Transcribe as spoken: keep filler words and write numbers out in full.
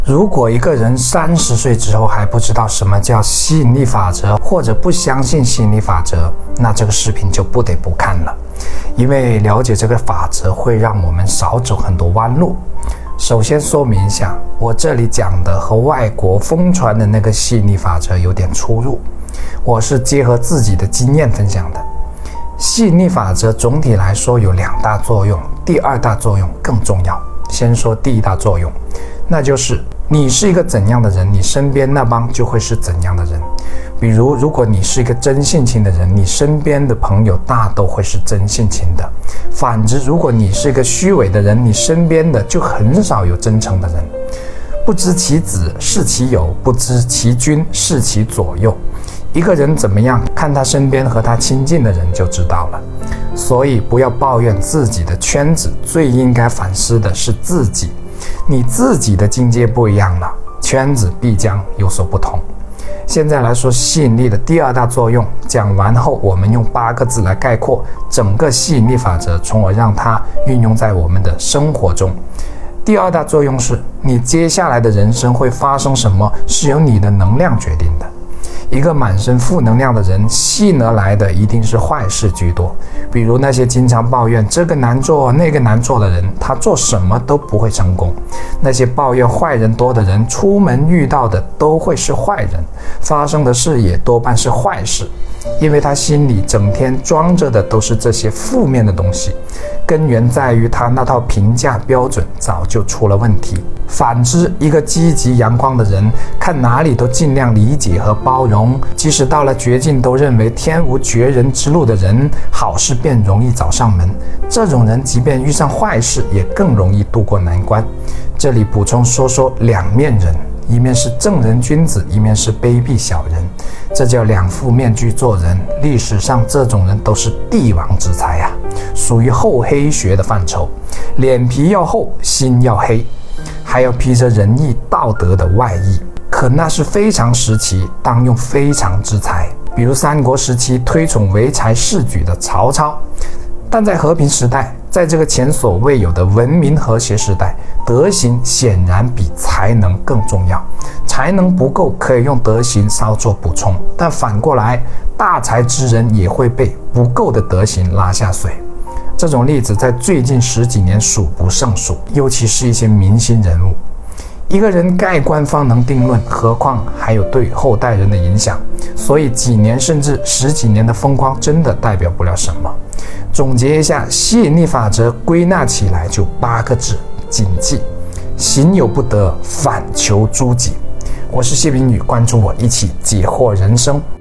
如果一个人三十岁之后还不知道什么叫吸引力法则，或者不相信吸引力法则，那这个视频就不得不看了。因为了解这个法则会让我们少走很多弯路。首先说明一下，我这里讲的和外国疯传的那个吸引力法则有点出入，我是结合自己的经验分享的。吸引力法则总体来说有两大作用，第二大作用更重要。先说第一大作用，那就是你是一个怎样的人，你身边那帮就会是怎样的人。比如，如果你是一个真性情的人，你身边的朋友大都会是真性情的。反之，如果你是一个虚伪的人，你身边的就很少有真诚的人。不知其子，视其友；不知其君，视其左右。一个人怎么样，看他身边和他亲近的人就知道了。所以不要抱怨自己的圈子，最应该反思的是自己。你自己的境界不一样了，圈子必将有所不同。现在来说吸引力的第二大作用，讲完后我们用八个字来概括整个吸引力法则，从而让它运用在我们的生活中。第二大作用是，你接下来的人生会发生什么，是由你的能量决定的。一个满身负能量的人，吸引而来的一定是坏事居多。比如那些经常抱怨这个难做那个难做的人，他做什么都不会成功。那些抱怨坏人多的人，出门遇到的都会是坏人，发生的事也多半是坏事，因为他心里整天装着的都是这些负面的东西，根源在于他那套评价标准早就出了问题。反之，一个积极阳光的人，看哪里都尽量理解和包容，即使到了绝境都认为天无绝人之路的人，好事便容易找上门。这种人即便遇上坏事，也更容易度过难关。这里补充说说两面人，一面是正人君子，一面是卑鄙小人，这叫两副面具做人。历史上这种人都是帝王之才啊，属于厚黑学的范畴。脸皮要厚，心要黑，还要披着仁义道德的外衣。可那是非常时期，当用非常之才。比如三国时期推崇唯才是举的曹操，但在和平时代，在这个前所未有的文明和谐时代，德行显然比才能更重要。才能不够，可以用德行稍作补充，但反过来，大才之人也会被不够的德行拉下水。这种例子在最近十几年数不胜数，尤其是一些明星人物。一个人盖棺方能定论，何况还有对后代人的影响。所以几年甚至十几年的风光真的代表不了什么。总结一下，吸引力法则归纳起来就八个字：谨记，行有不得，反求诸己。我是谢明宇，关注我，一起解惑人生。